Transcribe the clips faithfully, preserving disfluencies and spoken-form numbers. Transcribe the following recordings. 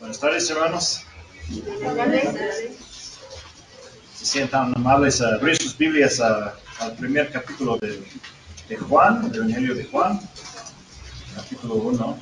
Buenas tardes, hermanos. Se sientan amables a abrir sus Biblias a, al primer capítulo de, de Juan, del Evangelio de Juan, capítulo uno.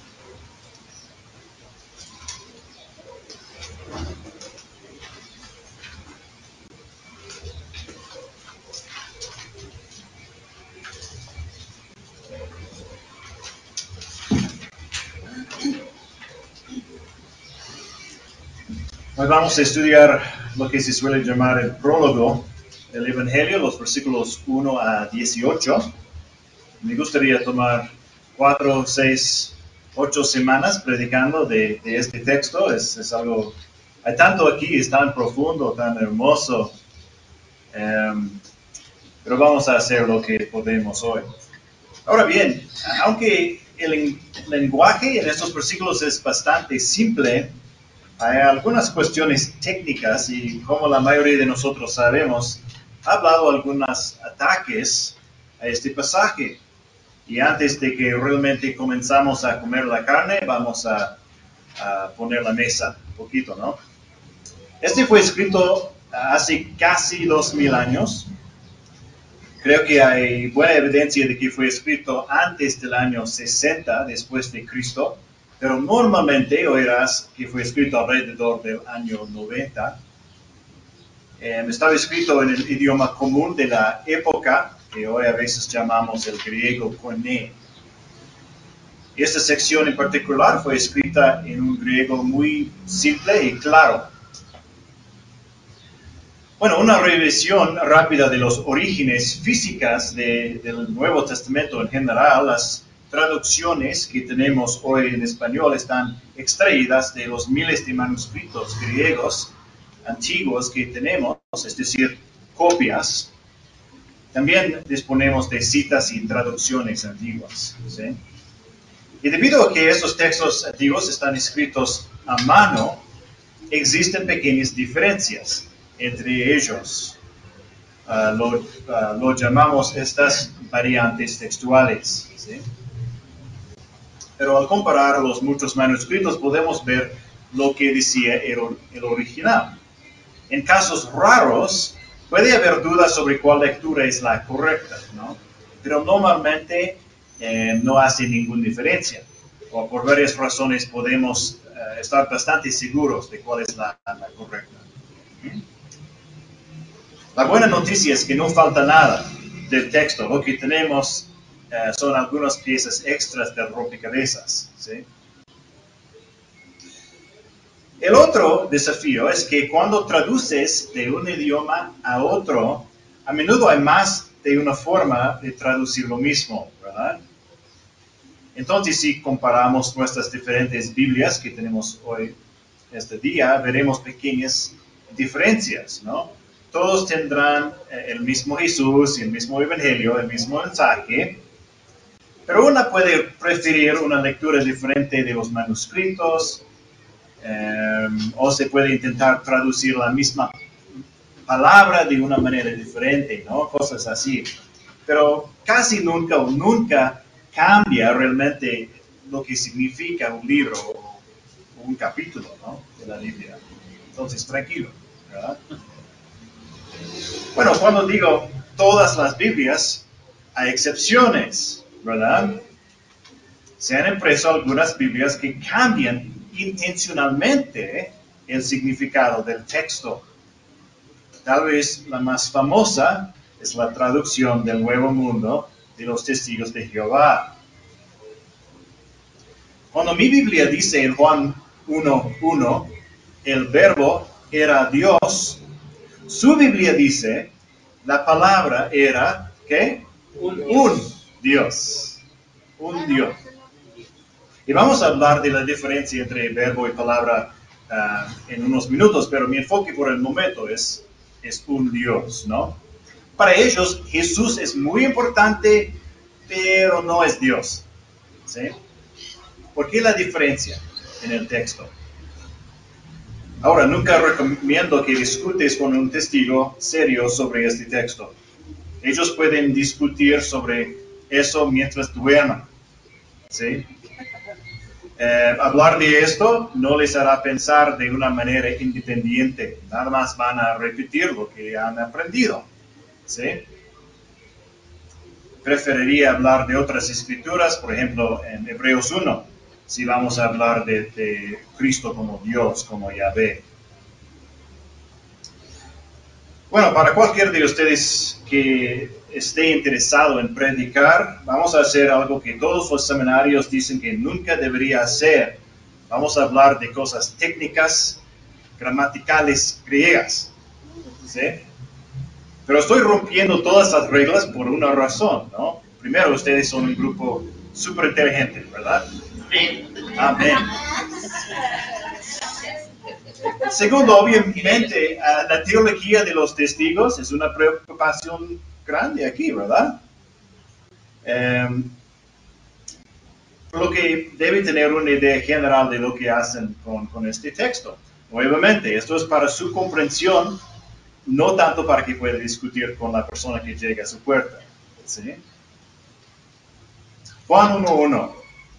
Hoy vamos a estudiar lo que se suele llamar el prólogo del Evangelio, los versículos uno a dieciocho. Me gustaría tomar cuatro, seis, ocho semanas predicando de, de este texto. Es, es algo, hay tanto aquí, es tan profundo, tan hermoso, um, pero vamos a hacer lo que podemos hoy. Ahora bien, aunque el lenguaje en estos versículos es bastante simple, hay algunas cuestiones técnicas y, como la mayoría de nosotros sabemos, ha hablado algunos ataques a este pasaje. Y antes de que realmente comenzamos a comer la carne, vamos a, a poner la mesa un poquito, ¿no? Este fue escrito hace casi dos mil años. Creo que hay buena evidencia de que fue escrito antes del año sesenta después de Cristo. Pero normalmente oirás que fue escrito alrededor del año noventa. Eh, estaba escrito en el idioma común de la época, que hoy a veces llamamos el griego koiné. Esta sección en particular fue escrita en un griego muy simple y claro. Bueno, una revisión rápida de los orígenes físicas de, del Nuevo Testamento en general. Las traducciones que tenemos hoy en español están extraídas de los miles de manuscritos griegos antiguos que tenemos, es decir, copias. También disponemos de citas y traducciones antiguas, ¿sí? Y debido a que estos textos antiguos están escritos a mano, existen pequeñas diferencias entre ellos. Uh, lo, uh, lo llamamos estas variantes textuales, ¿sí? Pero al comparar los muchos manuscritos podemos ver lo que decía el, el original. En casos raros puede haber dudas sobre cuál lectura es la correcta, ¿no? Pero normalmente eh, no hace ninguna diferencia. O por varias razones podemos uh, estar bastante seguros de cuál es la, la correcta. ¿Sí? La buena noticia es que no falta nada del texto. Lo que tenemos uh, son algunas piezas extras del rompecabezas, ¿sí? El otro desafío es que cuando traduces de un idioma a otro, a menudo hay más de una forma de traducir lo mismo, ¿verdad? Entonces, si comparamos nuestras diferentes Biblias que tenemos hoy, este día, veremos pequeñas diferencias, ¿no? Todos tendrán el mismo Jesús, el mismo Evangelio, el mismo mensaje, pero una puede preferir una lectura diferente de los manuscritos, um, o se puede intentar traducir la misma palabra de una manera diferente, ¿no? Cosas así. Pero casi nunca o nunca cambia realmente lo que significa un libro o un capítulo, ¿no? De la Biblia. Entonces, tranquilo, ¿verdad? Bueno, cuando digo todas las Biblias, hay excepciones, ¿verdad? Se han impreso algunas Biblias que cambian intencionalmente el significado del texto. Tal vez la más famosa es la traducción del Nuevo Mundo de los Testigos de Jehová. Cuando mi Biblia dice en Juan uno uno, el verbo era Dios, su Biblia dice, la palabra era, ¿qué? Un, un Dios. Un Dios. Y vamos a hablar de la diferencia entre verbo y palabra uh, en unos minutos, pero mi enfoque por el momento es, es un Dios, ¿no? Para ellos, Jesús es muy importante, pero no es Dios, ¿sí? ¿Por qué la diferencia en el texto? Ahora, nunca recomiendo que discutes con un testigo serio sobre este texto. Ellos pueden discutir sobre eso mientras duerman, ¿sí? Eh, hablar de esto no les hará pensar de una manera independiente, nada más van a repetir lo que han aprendido, ¿sí? Preferiría hablar de otras escrituras, por ejemplo, en Hebreos uno, si vamos a hablar de, de Cristo como Dios, como Yahvé. Bueno, para cualquier de ustedes que esté interesado en predicar, vamos a hacer algo que todos los seminarios dicen que nunca debería hacer. Vamos a hablar de cosas técnicas, gramaticales griegas, ¿sí? Pero estoy rompiendo todas las reglas por una razón, ¿no? Primero, ustedes son un grupo súper inteligente, ¿verdad? Sí. Amén. Segundo, obviamente, uh, la teología de los testigos es una preocupación grande aquí, ¿verdad? Um, por lo que debe tener una idea general de lo que hacen con, con este texto. Obviamente, esto es para su comprensión, no tanto para que pueda discutir con la persona que llega a su puerta, ¿sí? Juan uno uno.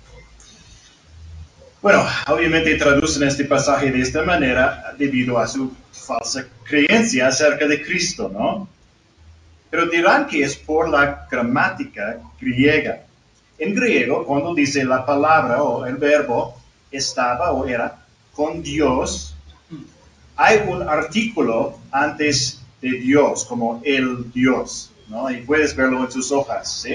Bueno, obviamente traducen este pasaje de esta manera debido a su falsa creencia acerca de Cristo, ¿no? Pero dirán que es por la gramática griega. En griego, cuando dice la palabra o el verbo estaba o era con Dios, hay un artículo antes de Dios, como el Dios, ¿no? Y puedes verlo en sus hojas, ¿sí?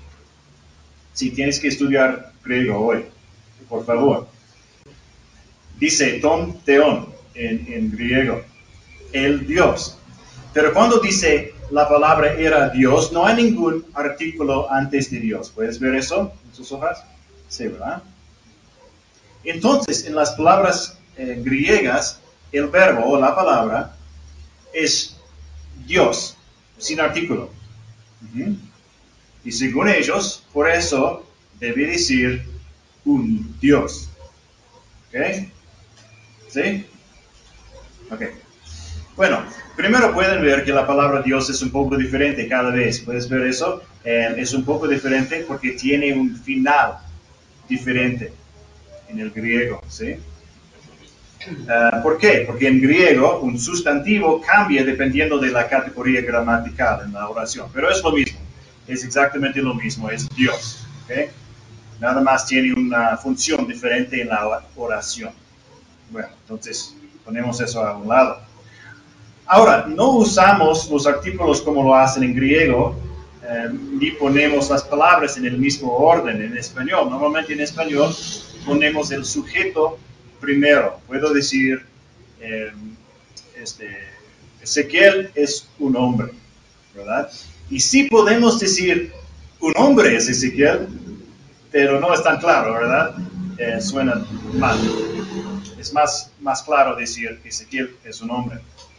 Si tienes que estudiar griego hoy, por favor. Dice ton teon en, en griego, el Dios. Pero cuando dice la palabra era Dios, no hay ningún artículo antes de Dios. ¿Puedes ver eso en sus hojas? Sí, ¿verdad? Entonces, en las palabras eh, griegas, el verbo o la palabra es Dios, sin artículo. Uh-huh. Y según ellos, por eso debe decir un Dios. ¿Ok? ¿Sí? Ok. Bueno, primero pueden ver que la palabra Dios es un poco diferente cada vez. ¿Puedes ver eso? Eh, es un poco diferente porque tiene un final diferente en el griego, ¿sí? Uh, ¿Por qué? Porque en griego un sustantivo cambia dependiendo de la categoría gramatical en la oración, pero es lo mismo, es exactamente lo mismo, es Dios, ¿ok? Nada más tiene una función diferente en la oración. Bueno, entonces ponemos eso a un lado. Ahora, no usamos los artículos como lo hacen en griego, eh, ni ponemos las palabras en el mismo orden en español. Normalmente en español ponemos el sujeto primero. Puedo decir, eh, este, Ezequiel es un hombre, ¿verdad? Y sí podemos decir, un hombre es Ezequiel, pero no es tan claro, ¿verdad? Eh, suena mal. Es más, más claro decir que Ezequiel es un hombre.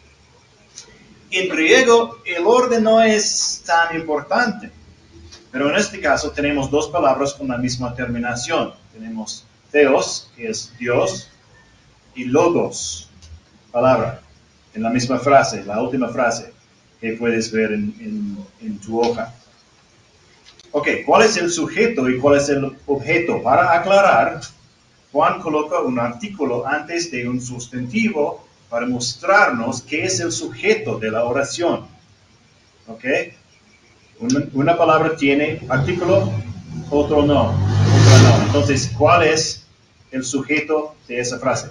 En griego, el orden no es tan importante, pero en este caso tenemos dos palabras con la misma terminación. Tenemos theos, que es Dios, y logos, palabra, en la misma frase, la última frase que puedes ver en, en, en tu hoja. Ok, ¿cuál es el sujeto y cuál es el objeto? Para aclarar, Juan coloca un artículo antes de un sustantivo para mostrarnos qué es el sujeto de la oración. ¿Ok? Una, una palabra tiene artículo, otro no, otra no. Entonces, ¿cuál es el sujeto de esa frase?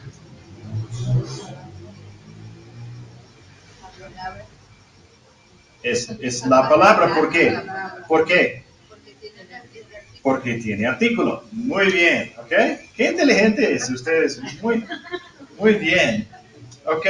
Es, es la palabra, ¿por qué? ¿Por qué? Porque tiene artículo. Muy bien, ¿ok? Qué inteligentes ustedes. Muy, muy bien. Ok.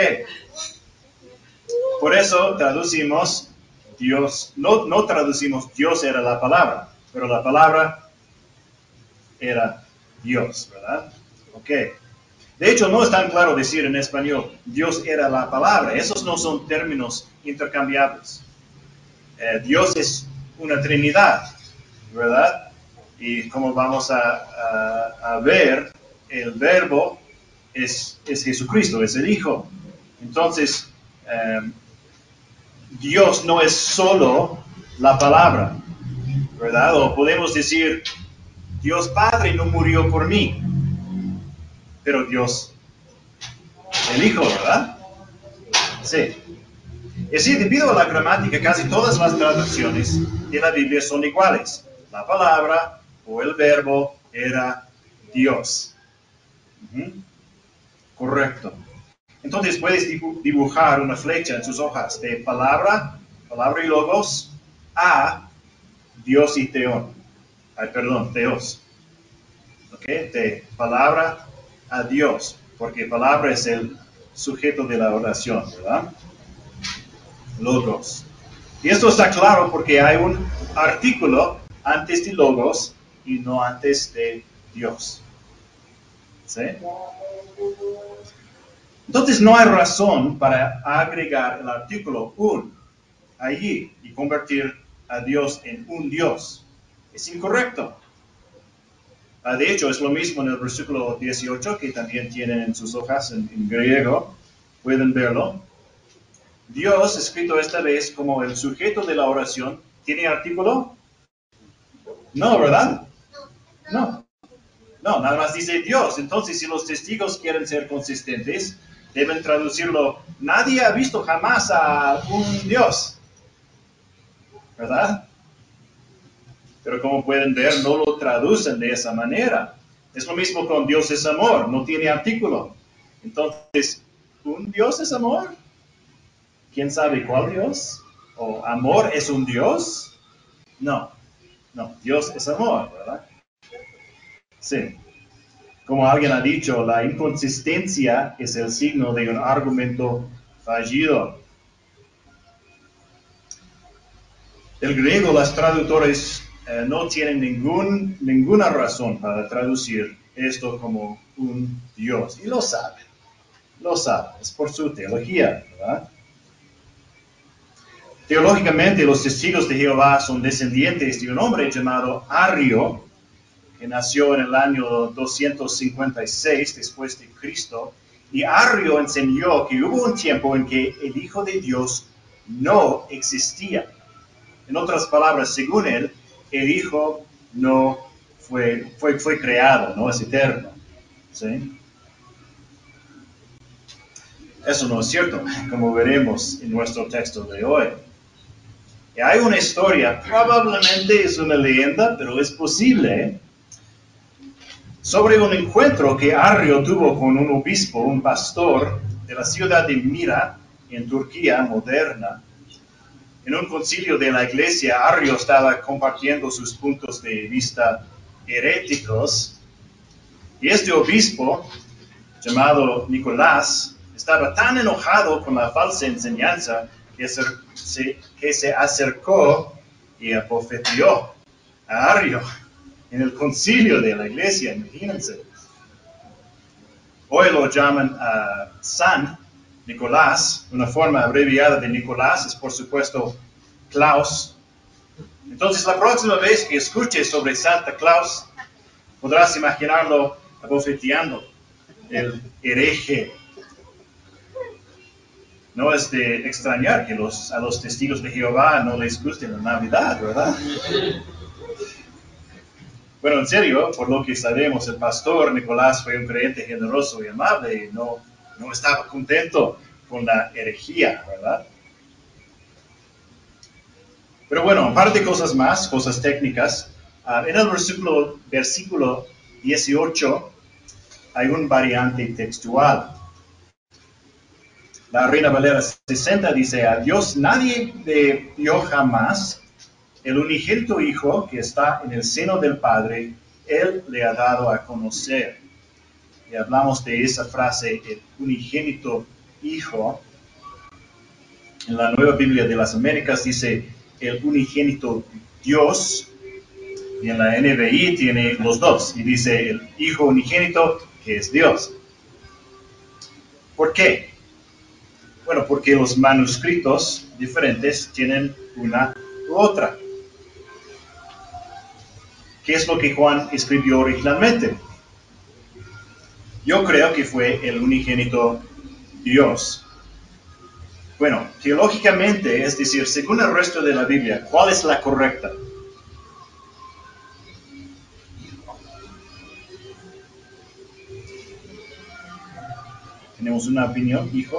Por eso traducimos Dios, no, no traducimos Dios era la palabra, pero la palabra era Dios, ¿verdad? Ok. De hecho, no es tan claro decir en español, Dios era la palabra. Esos no son términos intercambiables. Eh, Dios es una Trinidad, ¿verdad? Y como vamos a, a, a ver, el verbo es, es Jesucristo, es el Hijo. Entonces, eh, Dios no es solo la palabra, ¿verdad? O podemos decir, Dios Padre no murió por mí. pero Dios el Hijo, ¿verdad? Sí. Y así, debido a la gramática, casi todas las traducciones de la Biblia son iguales. La palabra o el verbo era Dios. Uh-huh. Correcto. Entonces puedes dibujar una flecha en sus hojas de palabra, palabra y logos, a Dios y teón. Ay, perdón, teos. ¿Ok? De palabra a Dios, porque palabra es el sujeto de la oración, ¿verdad? Logos. Y esto está claro porque hay un artículo antes de logos y no antes de Dios. ¿Sí? Entonces no hay razón para agregar el artículo un allí y convertir a Dios en un Dios. Es incorrecto. De hecho, es lo mismo en el versículo dieciocho, que también tienen en sus hojas en, en griego. Pueden verlo. Dios, escrito esta vez como el sujeto de la oración, ¿tiene artículo? No, ¿verdad? No. No, nada más dice Dios. Entonces, si los testigos quieren ser consistentes, deben traducirlo. Nadie ha visto jamás a un Dios, ¿verdad? Pero como pueden ver, no lo traducen de esa manera. Es lo mismo con Dios es amor, no tiene artículo. Entonces, ¿un Dios es amor? ¿Quién sabe cuál Dios? ¿O amor es un Dios? No, no, Dios es amor, ¿verdad? Sí. Como alguien ha dicho, la inconsistencia es el signo de un argumento fallido. El griego, las traductores eh, no tienen ningún, ninguna razón para traducir esto como un Dios. Y lo saben, lo saben, es por su teología, ¿verdad? Teológicamente, los testigos de Jehová son descendientes de un hombre llamado Arrio, que nació en el año doscientos cincuenta y seis después de Cristo, y Arrio enseñó que hubo un tiempo en que el Hijo de Dios no existía. En otras palabras, según él, el Hijo no fue, fue, fue creado, no es eterno. ¿Sí? Eso no es cierto, como veremos en nuestro texto de hoy. Y hay una historia, probablemente es una leyenda, pero es posible, ¿eh? Sobre un encuentro que Arrio tuvo con un obispo, un pastor de la ciudad de Mira, en Turquía moderna. En un concilio de la iglesia, Arrio estaba compartiendo sus puntos de vista heréticos, y este obispo, llamado Nicolás, estaba tan enojado con la falsa enseñanza que se, que se acercó y abofeteó a Arrio en el concilio de la iglesia, imagínense. Hoy lo llaman uh, San Nicolás, una forma abreviada de Nicolás es por supuesto Claus. Entonces la próxima vez que escuches sobre Santa Claus, podrás imaginarlo abofeteando el hereje. No es de extrañar que los, a los testigos de Jehová no les guste la Navidad, ¿verdad? Bueno, en serio, por lo que sabemos, el pastor Nicolás fue un creyente generoso y amable y no, no estaba contento con la herejía, ¿verdad? Pero bueno, aparte de cosas más, cosas técnicas, uh, en el versículo, versículo dieciocho hay un variante textual. La Reina Valera sesenta dice, a Dios nadie le vio jamás, el unigénito Hijo que está en el seno del Padre, Él le ha dado a conocer. Y hablamos de esa frase, el unigénito Hijo. En la Nueva Biblia de las Américas dice, el unigénito Dios. Y en la N B I tiene los dos. Y dice, el Hijo unigénito, que es Dios. ¿Por qué? Bueno, porque los manuscritos diferentes tienen una u otra. ¿Qué es lo que Juan escribió originalmente? Yo creo que fue el unigénito Dios. Bueno, teológicamente, es decir, según el resto de la Biblia, ¿cuál es la correcta? Tenemos una opinión, hijo.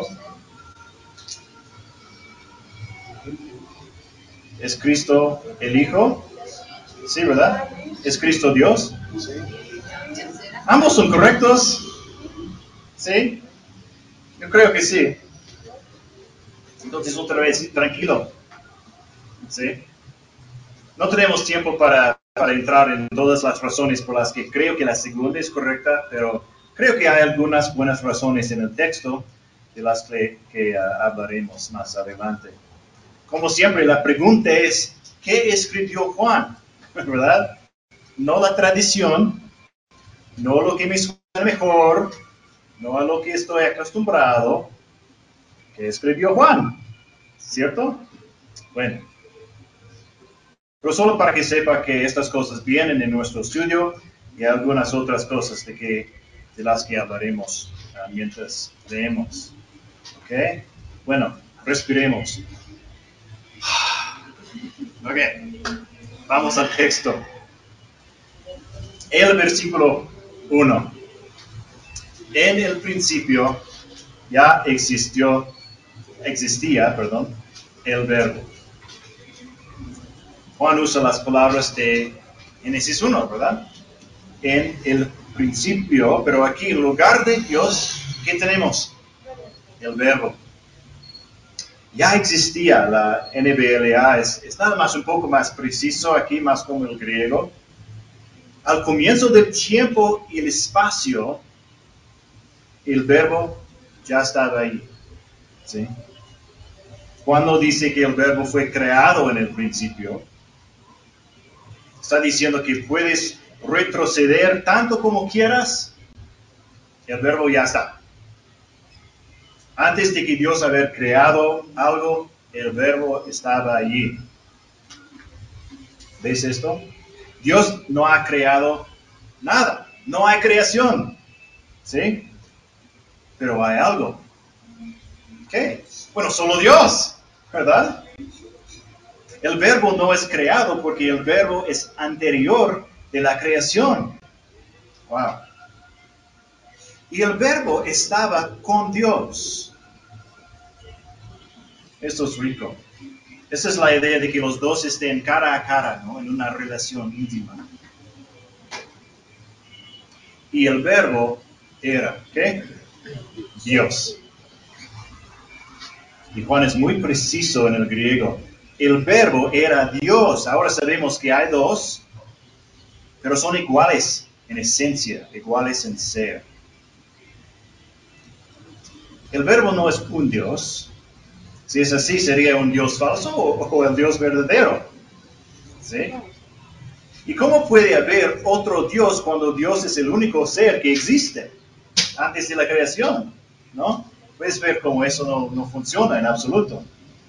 ¿Es Cristo el Hijo? Sí, ¿verdad? ¿Es Cristo Dios? ¿Ambos son correctos? ¿Sí? Yo creo que sí. Entonces, otra vez, tranquilo. ¿Sí? No tenemos tiempo para, para entrar en todas las razones por las que creo que la segunda es correcta, pero creo que hay algunas buenas razones en el texto de las que, que uh, hablaremos más adelante. Como siempre, la pregunta es, ¿qué escribió Juan? ¿Verdad? No la tradición, no lo que me suena mejor, no a lo que estoy acostumbrado. ¿Qué escribió Juan? ¿Cierto? Bueno. Pero solo para que sepa que estas cosas vienen en nuestro estudio y algunas otras cosas de, que, de las que hablaremos uh, mientras leemos. ¿Ok? Bueno, respiremos. Ok, vamos al texto. El versículo uno. En el principio ya existió, existía, perdón, el verbo. Juan usa las palabras de Génesis uno, ¿verdad? En el principio, pero aquí en lugar de Dios, ¿qué tenemos? El verbo. Ya existía, la N B L A es, es nada más un poco más preciso aquí, más como el griego. Al comienzo del tiempo y el espacio, el verbo ya estaba ahí. ¿Sí? Cuando dice que el verbo fue creado en el principio, está diciendo que puedes retroceder tanto como quieras, el verbo ya está. Antes de que Dios haber creado algo, el verbo estaba allí. ¿Ves esto? Dios no ha creado nada, no hay creación, ¿sí? Pero hay algo. ¿Qué? Bueno, solo Dios, ¿verdad? El verbo no es creado porque el verbo es anterior de la creación. Wow. Y el verbo estaba con Dios. Esto es rico. Esa es la idea de que los dos estén cara a cara, ¿no? En una relación íntima. Y el verbo era, ¿qué? Dios. Y Juan es muy preciso en el griego. El verbo era Dios. Ahora sabemos que hay dos, pero son iguales en esencia, iguales en ser. El verbo no es un Dios. Si es así, ¿sería un Dios falso o, o el Dios verdadero? ¿Sí? ¿Y cómo puede haber otro Dios cuando Dios es el único ser que existe antes de la creación? ¿No? Puedes ver cómo eso no, no funciona en absoluto.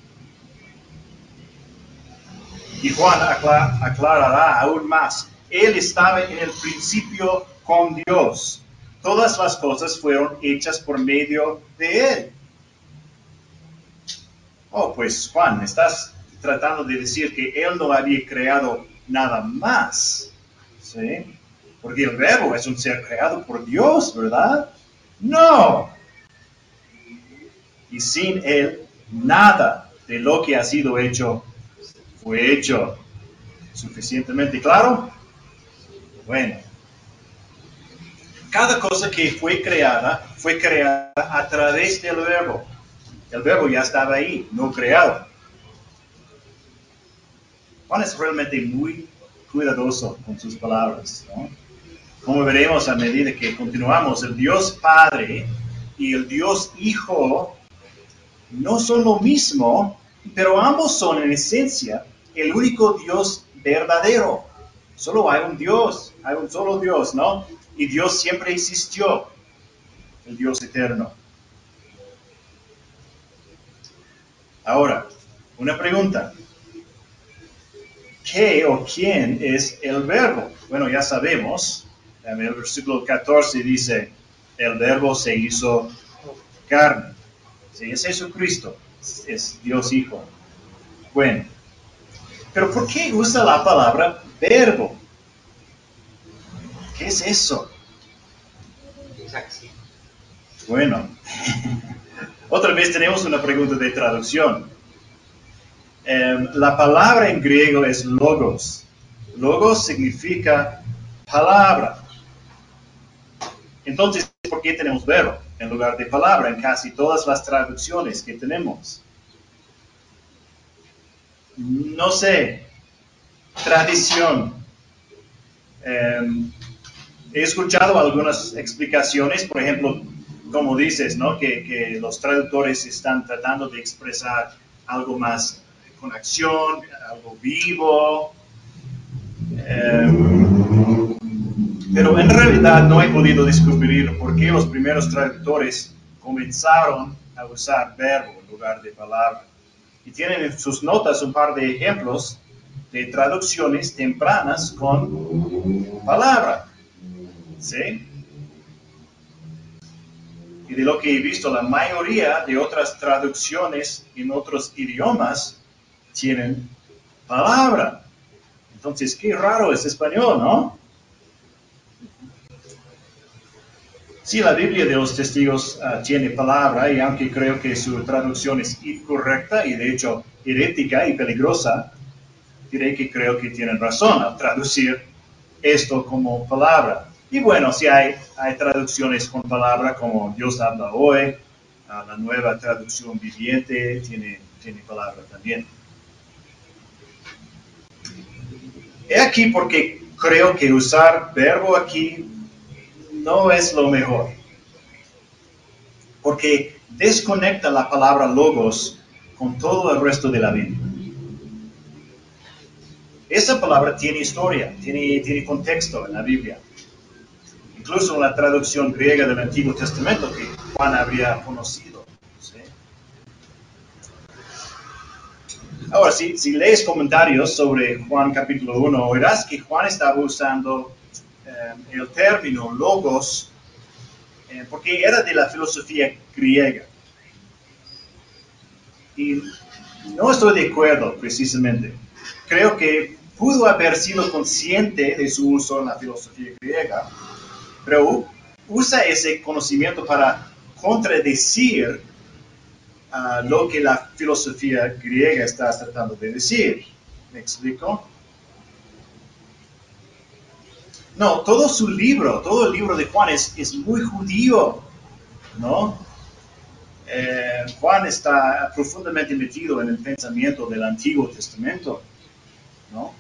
Y Juan aclar, aclarará aún más. Él estaba en el principio con Dios. Todas las cosas fueron hechas por medio de Él. Oh, pues Juan, estás tratando de decir que Él no había creado nada más. ¿Sí? Porque el verbo es un ser creado por Dios, ¿verdad? No. Y sin Él, nada de lo que ha sido hecho fue hecho. ¿Suficientemente claro? Bueno. Cada cosa que fue creada, fue creada a través del verbo. El verbo ya estaba ahí, no creado. Juan es realmente muy cuidadoso con sus palabras, ¿no? Como veremos a medida que continuamos, el Dios Padre y el Dios Hijo no son lo mismo, pero ambos son en esencia el único Dios verdadero. Solo hay un Dios, hay un solo Dios, ¿no? Y Dios siempre existió, el Dios eterno. Ahora, una pregunta. ¿Qué o quién es el verbo? Bueno, ya sabemos. En el versículo catorce dice, el verbo se hizo carne. Sí, es Jesucristo, es Dios Hijo. Bueno, pero ¿por qué usa la palabra verbo? ¿Qué es eso? Bueno, Otra vez tenemos una pregunta de traducción. Um, la palabra en griego es logos. Logos significa palabra. Entonces, ¿por qué tenemos verbo en lugar de palabra en casi todas las traducciones que tenemos? No sé. Tradición. Um, he escuchado algunas explicaciones, por ejemplo, como dices, ¿no? que, que los traductores están tratando de expresar algo más con acción, algo vivo. Um, pero en realidad no he podido descubrir por qué los primeros traductores comenzaron a usar verbo en lugar de palabra. Y tienen en sus notas un par de ejemplos de traducciones tempranas con palabra. ¿Sí? Y de lo que he visto, la mayoría de otras traducciones en otros idiomas tienen palabra. Entonces, qué raro es español, ¿no? Sí, la Biblia de los Testigos uh, tiene palabra, y aunque creo que su traducción es incorrecta y de hecho herética y peligrosa, diré que creo que tienen razón al traducir esto como palabra. Y bueno, si hay, hay traducciones con palabra como Dios habla hoy, uh, la nueva traducción viviente tiene, tiene palabra también. He aquí porque creo que usar verbo aquí no es lo mejor. Porque desconecta la palabra logos con todo el resto de la Biblia. Esa palabra tiene historia, tiene, tiene contexto en la Biblia. Incluso en la traducción griega del Antiguo Testamento que Juan habría conocido. ¿Sí? Ahora, si, si lees comentarios sobre Juan capítulo uno, verás que Juan estaba usando eh, el término logos eh, porque era de la filosofía griega. Y no estoy de acuerdo, precisamente. Creo que pudo haber sido consciente de su uso en la filosofía griega, pero usa ese conocimiento para contradecir uh, lo que la filosofía griega está tratando de decir. ¿Me explico? No, todo su libro, todo el libro de Juan es, es muy judío, ¿no? Eh, Juan está profundamente metido en el pensamiento del Antiguo Testamento, ¿no?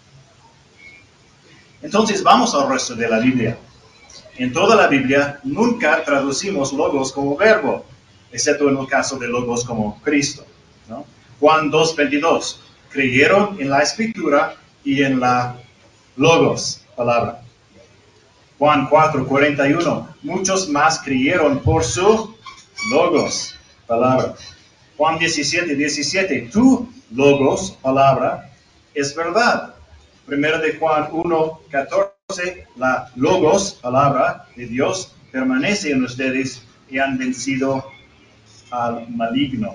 Entonces vamos al resto de la Biblia. En toda la Biblia nunca traducimos logos como verbo, excepto en el caso de logos como Cristo, ¿no? Juan dos veintidós, creyeron en la Escritura y en la logos, palabra. Juan cuatro cuarenta y uno, muchos más creyeron por su logos, palabra. Juan diecisiete diecisiete, tu logos, palabra, es verdad. Primero de Juan uno catorce, la logos, palabra de Dios, permanece en ustedes y han vencido al maligno.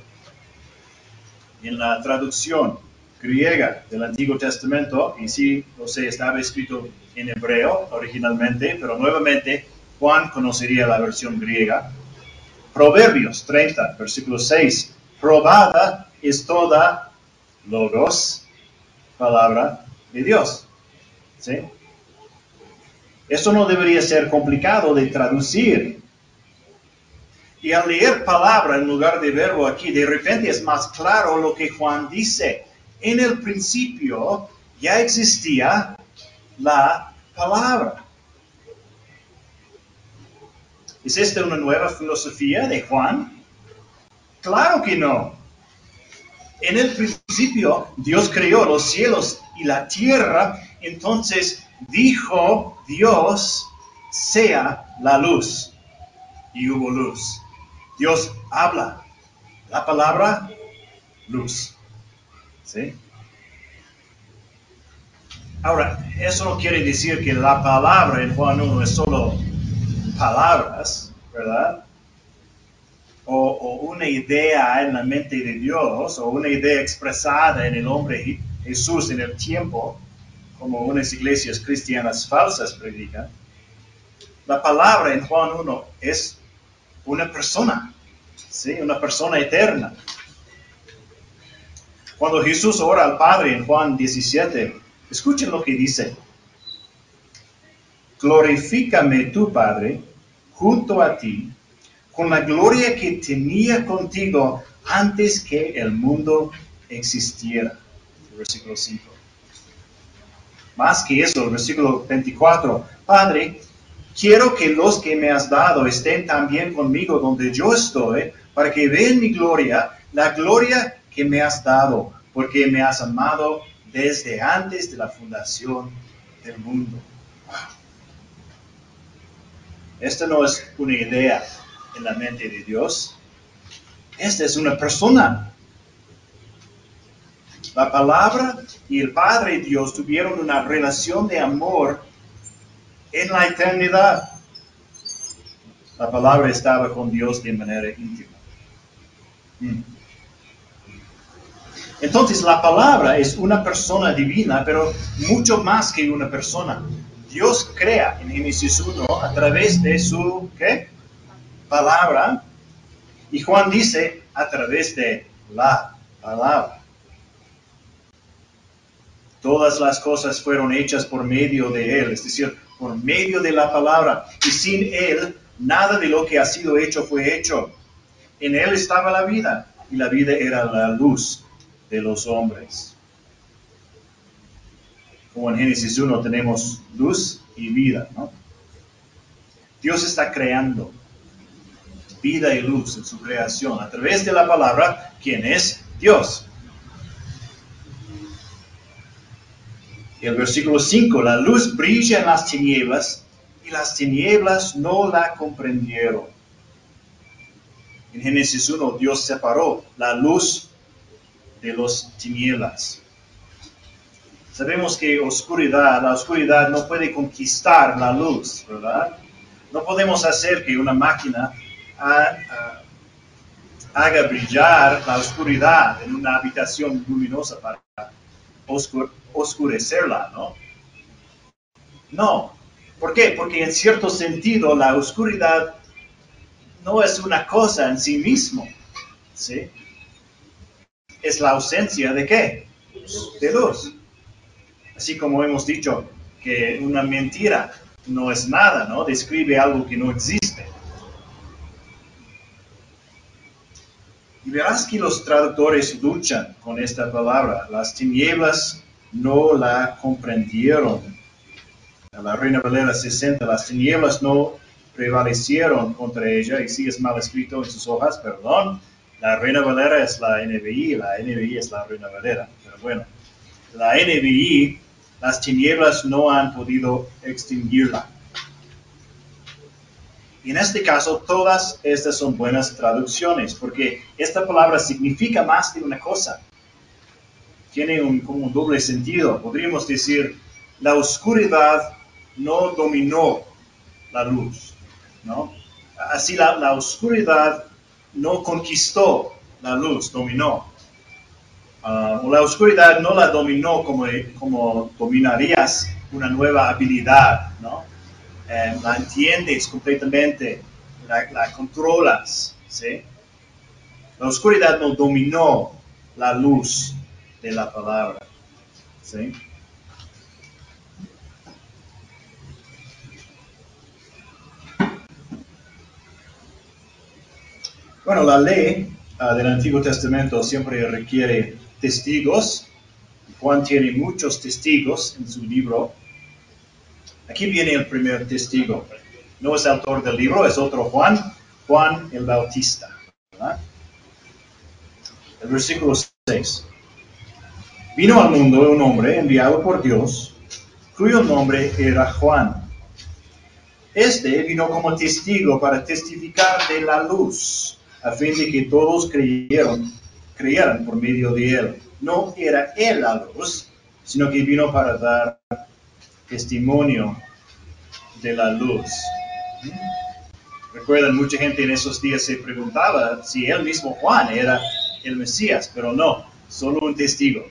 En la traducción griega del Antiguo Testamento, y sí, lo sé, estaba escrito en hebreo originalmente, pero nuevamente Juan conocería la versión griega. Proverbios treinta, versículo seis, probada es toda logos, palabra de Dios. ¿Sí? Esto no debería ser complicado de traducir. Y al leer palabra en lugar de verbo aquí, de repente es más claro lo que Juan dice. En el principio ya existía la palabra. ¿Es esta una nueva filosofía de Juan? Claro que no. En el principio Dios creó los cielos y la tierra, entonces dijo Dios, sea la luz. Y hubo luz. Dios habla. La palabra, luz. ¿Sí? Ahora, eso no quiere decir que la palabra en Juan uno es solo palabras, ¿verdad? O, o una idea en la mente de Dios, o una idea expresada en el hombre Jesús en el tiempo, como unas iglesias cristianas falsas predican. La palabra en Juan uno es una persona, ¿sí? Una persona eterna. Cuando Jesús ora al Padre en Juan diecisiete, escuchen lo que dice. Glorifícame tú, Padre, junto a ti, con la gloria que tenía contigo antes que el mundo existiera. Versículo cinco. Más que eso, el versículo veinticuatro. Padre, quiero que los que me has dado estén también conmigo donde yo estoy, para que vean mi gloria, la gloria que me has dado, porque me has amado desde antes de la fundación del mundo. Esta no es una idea en la mente de Dios. Esta es una persona. La palabra y el Padre Dios tuvieron una relación de amor en la eternidad. La palabra estaba con Dios de manera íntima. Entonces, la palabra es una persona divina, pero mucho más que una persona. Dios crea en Génesis uno a través de su ¿qué? Palabra. Y Juan dice a través de la palabra. Todas las cosas fueron hechas por medio de Él, es decir, por medio de la palabra. Y sin Él, nada de lo que ha sido hecho fue hecho. En Él estaba la vida, y la vida era la luz de los hombres. Como en Génesis uno tenemos luz y vida, ¿no? Dios está creando vida y luz en su creación a través de la palabra, quien es Dios. Y el versículo cinco, la luz brilla en las tinieblas y las tinieblas no la comprendieron. En Génesis uno, Dios separó la luz de las tinieblas. Sabemos que oscuridad, la oscuridad no puede conquistar la luz, ¿verdad? No podemos hacer que una máquina ha, ha, haga brillar la oscuridad en una habitación luminosa para oscure, oscurecerla, ¿no? No. ¿Por qué? Porque en cierto sentido la oscuridad no es una cosa en sí mismo, ¿sí? Es la ausencia de ¿qué? De luz. Así como hemos dicho que una mentira no es nada, ¿no? Describe algo que no existe. Y verás que los traductores luchan con esta palabra. Las tinieblas no la comprendieron. La Reina Valera sesenta, las tinieblas no prevalecieron contra ella, y sí es mal escrito en sus hojas, perdón. La Reina Valera es la N B I, la N B I es la Reina Valera, pero bueno. La N B I, las tinieblas no han podido extinguirla. Y en este caso, todas estas son buenas traducciones, porque esta palabra significa más de una cosa. Tiene un, como un doble sentido. Podríamos decir, la oscuridad no dominó la luz, ¿no? Así la, la oscuridad no conquistó la luz, dominó. Uh, o la oscuridad no la dominó como, como dominarías una nueva habilidad, ¿no? Eh, la entiendes completamente, la, la controlas, ¿sí? La oscuridad no dominó la luz de la palabra, ¿sí? Bueno, la ley uh, del Antiguo Testamento siempre requiere testigos. Juan tiene muchos testigos en su libro. Aquí viene el primer testigo. No es el autor del libro, es otro Juan, Juan el Bautista, ¿verdad? El versículo seis. Vino al mundo un hombre enviado por Dios, cuyo nombre era Juan. Este vino como testigo para testificar de la luz, a fin de que todos creyeron, creyeran por medio de él. No era él la luz, sino que vino para dar testimonio de la luz. Recuerdan, mucha gente en esos días se preguntaba si él mismo Juan era el Mesías, pero no, solo un testigo.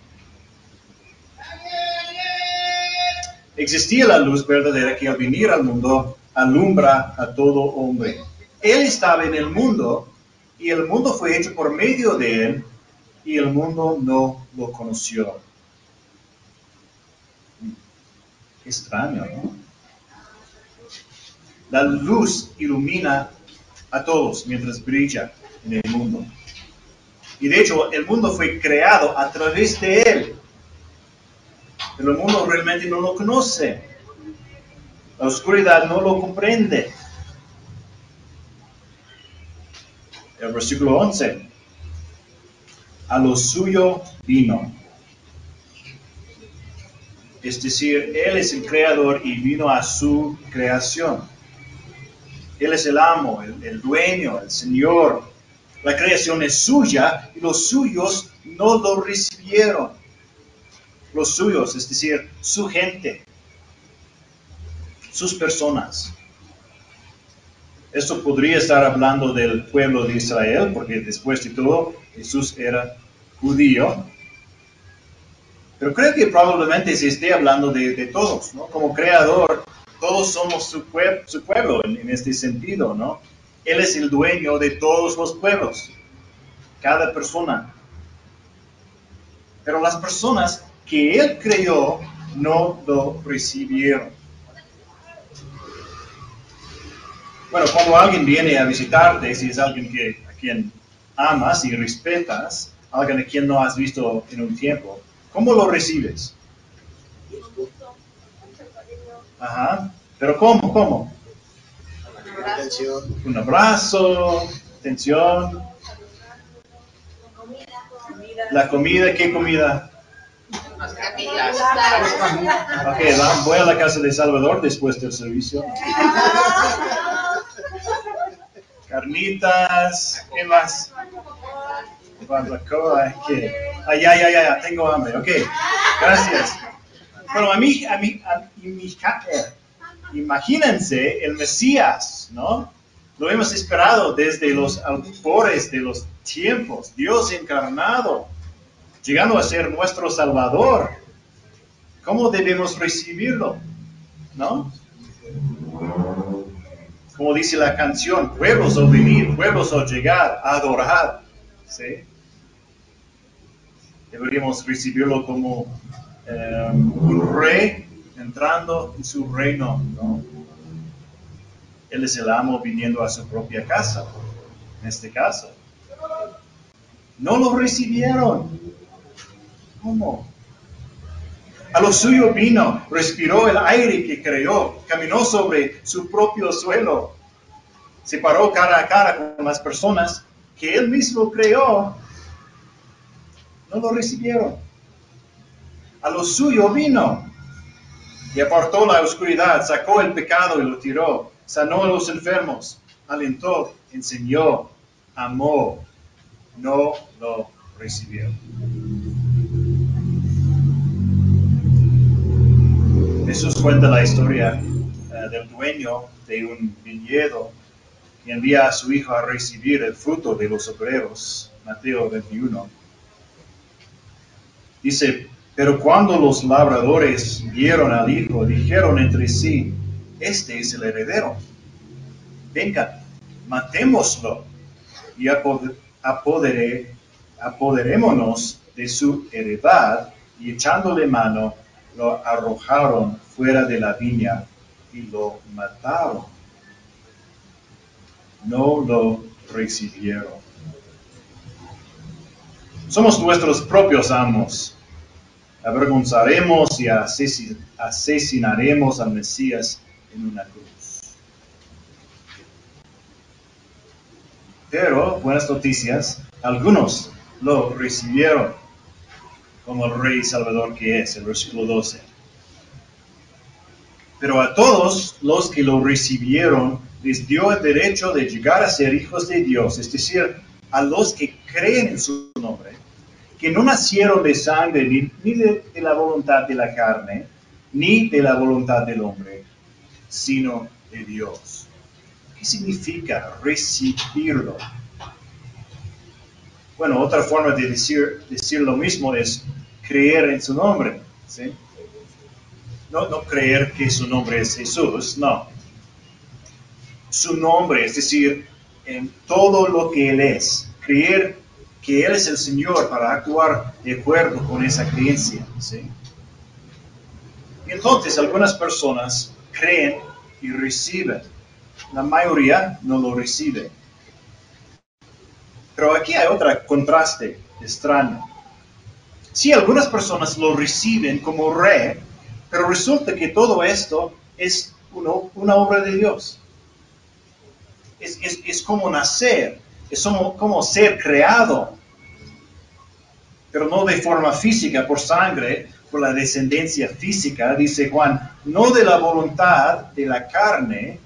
Existía la luz verdadera que al venir al mundo alumbra a todo hombre. Él estaba en el mundo y el mundo fue hecho por medio de Él y el mundo no lo conoció. Qué extraño, ¿no? La luz ilumina a todos mientras brilla en el mundo. Y de hecho, el mundo fue creado a través de Él. Pero el mundo realmente no lo conoce. La oscuridad no lo comprende. El versículo once. A lo suyo vino. Es decir, Él es el creador y vino a su creación. Él es el amo, el, el dueño, el Señor. La creación es suya y los suyos no lo recibieron. Los suyos, es decir, su gente, sus personas. Esto podría estar hablando del pueblo de Israel, porque después de todo Jesús era judío. Pero creo que probablemente se esté hablando de, de todos, ¿no? Como creador, todos somos su, pue su pueblo en, en este sentido, ¿no? Él es el dueño de todos los pueblos, cada persona. Pero las personas que Él creó no lo recibieron. Bueno, cuando alguien viene a visitarte, si es alguien que, a quien amas y respetas, alguien a quien no has visto en un tiempo, ¿cómo lo recibes? Ajá. ¿Pero cómo? ¿Cómo? Atención. Un abrazo, atención. La comida, ¿qué comida? Ok, va, voy a la casa de Salvador después del servicio. Carnitas, ¿qué más? Barbacoa, ¿qué? Ay, ay, ay, ay, tengo hambre, ok. Gracias. Bueno, a mí, a mí, a mí, imagínense el Mesías, ¿no? Lo hemos esperado desde los albores de los tiempos, Dios encarnado, llegando a ser nuestro Salvador. ¿Cómo debemos recibirlo? ¿No? Como dice la canción, pueblos o venir, pueblos o llegar, adorar. ¿Sí? Deberíamos recibirlo como eh, un rey entrando en su reino, ¿no? Él es el amo viniendo a su propia casa, en este caso. No lo recibieron. ¿Cómo? A lo suyo vino, respiró el aire que creó, caminó sobre su propio suelo, se paró cara a cara con las personas que él mismo creó. No lo recibieron. A lo suyo vino y apartó la oscuridad, sacó el pecado y lo tiró, sanó a los enfermos, alentó, enseñó, amó. No lo recibieron. Jesús cuenta la historia uh, del dueño de un viñedo que envía a su hijo a recibir el fruto de los obreros. Mateo veintiuno. Dice, pero cuando los labradores vieron al hijo, dijeron entre sí, este es el heredero. Vengan, matémoslo y apodere, apoderémonos de su heredad. Y echándole mano, lo arrojaron fuera de la viña y lo mataron. No lo recibieron. Somos nuestros propios amos. Avergonzaremos y asesin asesinaremos al Mesías en una cruz. Pero, buenas noticias, algunos lo recibieron como el Rey Salvador que es, el versículo doce. Pero a todos los que lo recibieron, les dio el derecho de llegar a ser hijos de Dios, es decir, a los que creen en su nombre, que no nacieron de sangre, ni, ni de, de la voluntad de la carne, ni de la voluntad del hombre, sino de Dios. ¿Qué significa recibirlo? Bueno, otra forma de decir, decir lo mismo es creer en su nombre, ¿sí? No, no creer que su nombre es Jesús, no. Su nombre, es decir, en todo lo que Él es, creer que Él es el Señor para actuar de acuerdo con esa creencia, ¿sí? Y entonces algunas personas creen y reciben, la mayoría no lo recibe. Pero aquí hay otro contraste extraño. Sí, algunas personas lo reciben como rey, pero resulta que todo esto es uno, una obra de Dios. Es, es, es como nacer, es como, como ser creado, pero no de forma física, por sangre, por la descendencia física, dice Juan, no de la voluntad de la carne.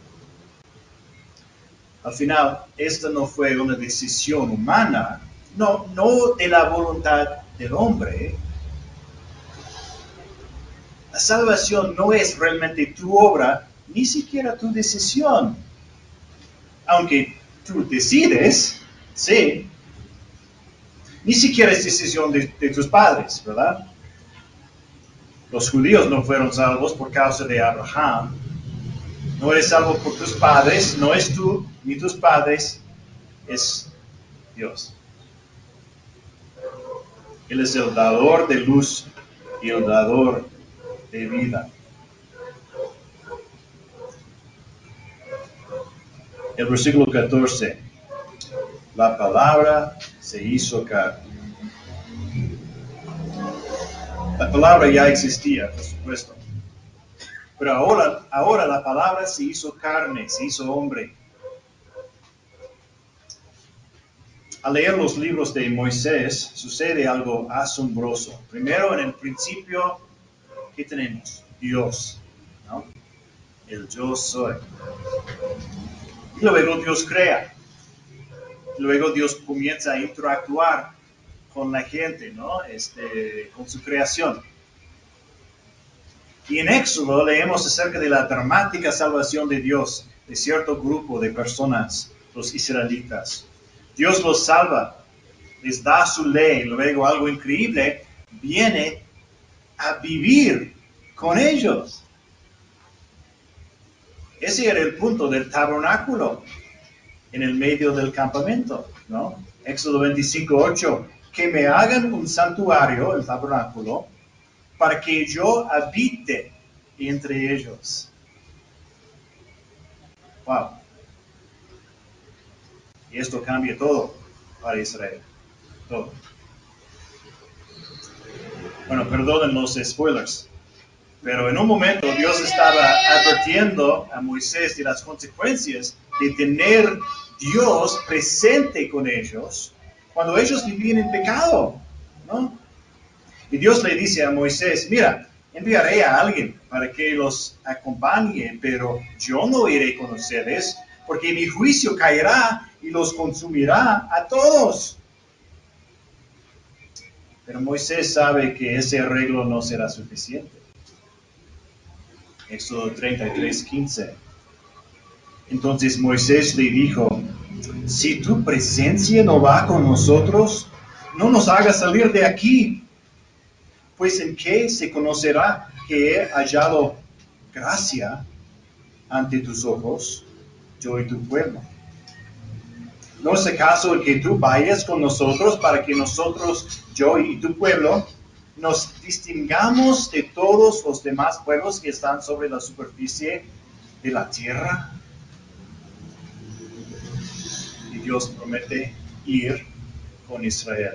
Al final, esta no fue una decisión humana, no, no de la voluntad del hombre. La salvación no es realmente tu obra, ni siquiera tu decisión. Aunque tú decides, sí, ni siquiera es decisión de, de tus padres, ¿verdad? Los judíos no fueron salvos por causa de Abraham. No eres salvo por tus padres, no es tú ni tus padres, es Dios. Él es el dador de luz y el dador de vida. El versículo catorce. La palabra se hizo carne. La palabra ya existía, por supuesto. Pero ahora, ahora la palabra se hizo carne, se hizo hombre. Al leer los libros de Moisés, sucede algo asombroso. Primero, en el principio, ¿qué tenemos? Dios, ¿no? El yo soy. Y luego Dios crea. Luego Dios comienza a interactuar con la gente, ¿no? Este, con su creación. Y en Éxodo leemos acerca de la dramática salvación de Dios de cierto grupo de personas, los israelitas. Dios los salva, les da su ley, luego algo increíble, viene a vivir con ellos. Ese era el punto del tabernáculo en el medio del campamento, ¿no? Éxodo veinticinco, ocho, que me hagan un santuario, el tabernáculo, para que yo habite entre ellos. Wow. Y esto cambia todo para Israel. Todo. Bueno, perdonen los spoilers. Pero en un momento Dios estaba advirtiendo a Moisés de las consecuencias de tener Dios presente con ellos cuando ellos vivían en pecado, ¿no? Y Dios le dice a Moisés, mira, enviaré a alguien para que los acompañe, pero yo no iré con ustedes, porque mi juicio caerá y los consumirá a todos. Pero Moisés sabe que ese arreglo no será suficiente. Éxodo treinta y tres, quince. Entonces Moisés le dijo, si tu presencia no va con nosotros, no nos hagas salir de aquí, pues en qué se conocerá que he hallado gracia ante tus ojos, yo y tu pueblo. ¿No es acaso el que tú vayas con nosotros para que nosotros, yo y tu pueblo, nos distingamos de todos los demás pueblos que están sobre la superficie de la tierra? Y Dios promete ir con Israel.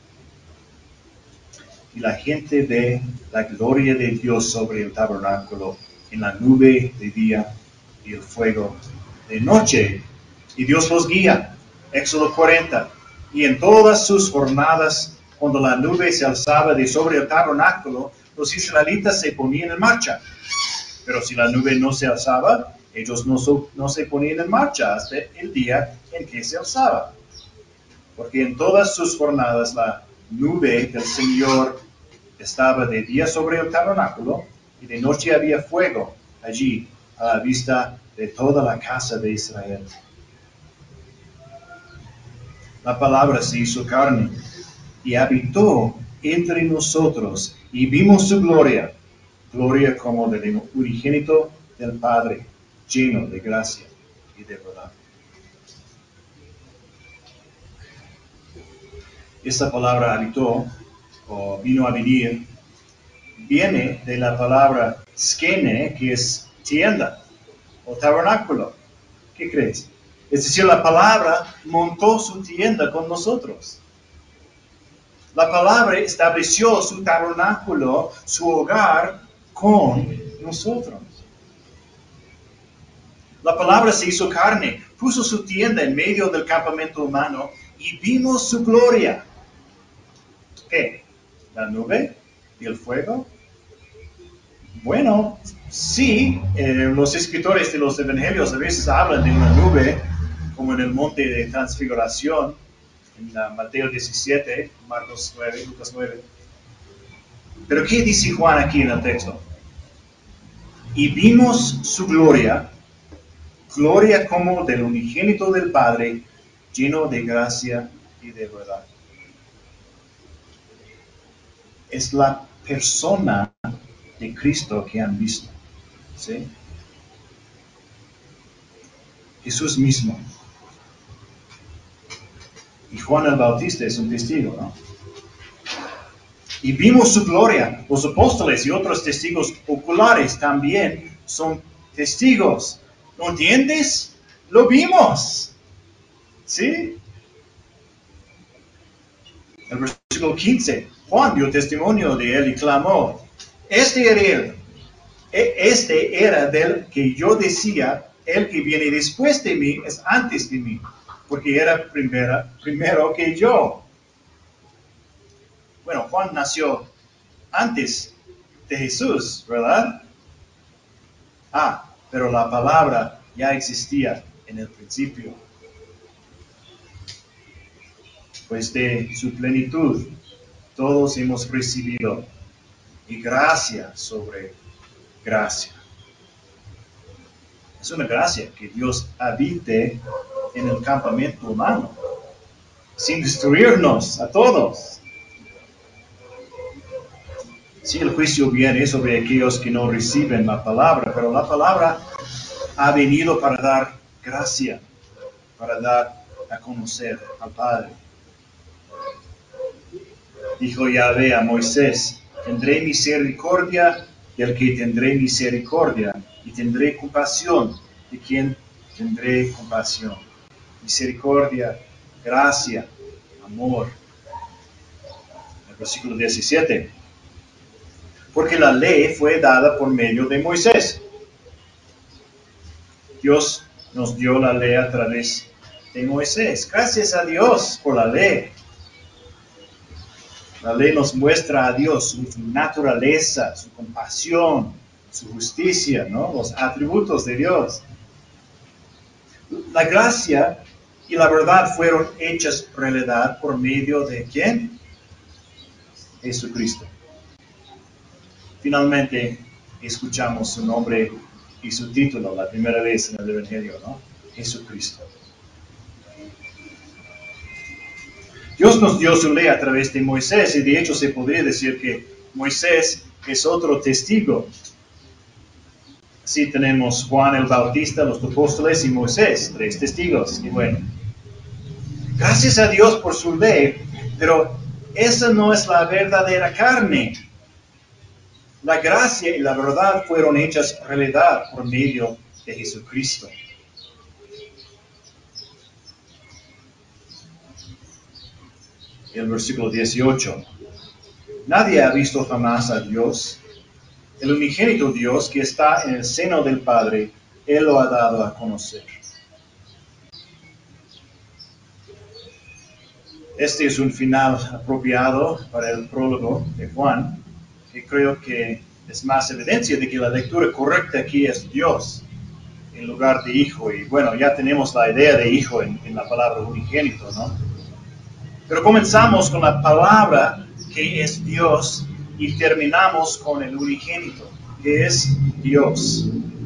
Y la gente ve la gloria de Dios sobre el tabernáculo en la nube de día y el fuego de noche. Y Dios los guía. Éxodo cuarenta. Y en todas sus jornadas, cuando la nube se alzaba de sobre el tabernáculo, los israelitas se ponían en marcha. Pero si la nube no se alzaba, ellos no, no se ponían en marcha hasta el día en que se alzaba. Porque en todas sus jornadas la nube del Señor estaba de día sobre el tabernáculo y de noche había fuego allí a la vista de toda la casa de Israel. La palabra se hizo carne y habitó entre nosotros y vimos su gloria, gloria como del unigénito del Padre, lleno de gracia y de verdad. Esta palabra habitó o vino a venir, viene de la palabra skene, que es tienda o tabernáculo. ¿Qué crees? Es decir, la palabra montó su tienda con nosotros. La palabra estableció su tabernáculo, su hogar con nosotros. La palabra se hizo carne, puso su tienda en medio del campamento humano y vimos su gloria. ¿Qué? ¿La nube y el fuego? Bueno, sí, eh, los escritores de los evangelios a veces hablan de una nube, como en el monte de transfiguración, en uh, Mateo diecisiete, Marcos nueve, Lucas nueve. Pero ¿qué dice Juan aquí en el texto? Y vimos su gloria, gloria como del unigénito del Padre, lleno de gracia y de verdad. Es la persona de Cristo que han visto, ¿sí? Jesús mismo. Y Juan el Bautista es un testigo, ¿no? Y vimos su gloria. Los apóstoles y otros testigos oculares también son testigos. ¿No entiendes? Lo vimos. ¿Sí? El versículo quince. Juan dio testimonio de él y clamó: Este era él. Este era del que yo decía, el que viene después de mí es antes de mí, porque era primera, primero que yo. Bueno, Juan nació antes de Jesús, ¿verdad? Ah, pero la palabra ya existía en el principio. Pues de su plenitud todos hemos recibido, y gracia sobre gracia. Es una gracia que Dios habite en el campamento humano, sin destruirnos a todos. Sí, el juicio viene sobre aquellos que no reciben la palabra, pero la palabra ha venido para dar gracia, para dar a conocer al Padre. Dijo Yahvé a Moisés: tendré misericordia del que tendré misericordia, y tendré compasión de quien tendré compasión. Misericordia, gracia, amor. El versículo diecisiete. Porque la ley fue dada por medio de Moisés. Dios nos dio la ley a través de Moisés. Gracias a Dios por la ley. La ley nos muestra a Dios, su, su naturaleza, su compasión, su justicia, ¿no? Los atributos de Dios. La gracia y la verdad fueron hechas realidad por medio de ¿quién? Jesucristo. Finalmente escuchamos su nombre y su título la primera vez en el Evangelio, ¿no? Jesucristo. Dios nos dio su ley a través de Moisés, y de hecho se podría decir que Moisés es otro testigo. Así tenemos Juan el Bautista, los apóstoles y Moisés, tres testigos. Y bueno, gracias a Dios por su ley, pero esa no es la verdadera carne. La gracia y la verdad fueron hechas realidad por medio de Jesucristo. El versículo dieciocho. Nadie ha visto jamás a Dios. El unigénito Dios que está en el seno del Padre, Él lo ha dado a conocer. Este es un final apropiado para el prólogo de Juan, que creo que es más evidencia de que la lectura correcta aquí es Dios en lugar de hijo. Y bueno, ya tenemos la idea de hijo en, en la palabra unigénito, ¿no? Pero comenzamos con la palabra que es Dios y terminamos con el unigénito, que es Dios.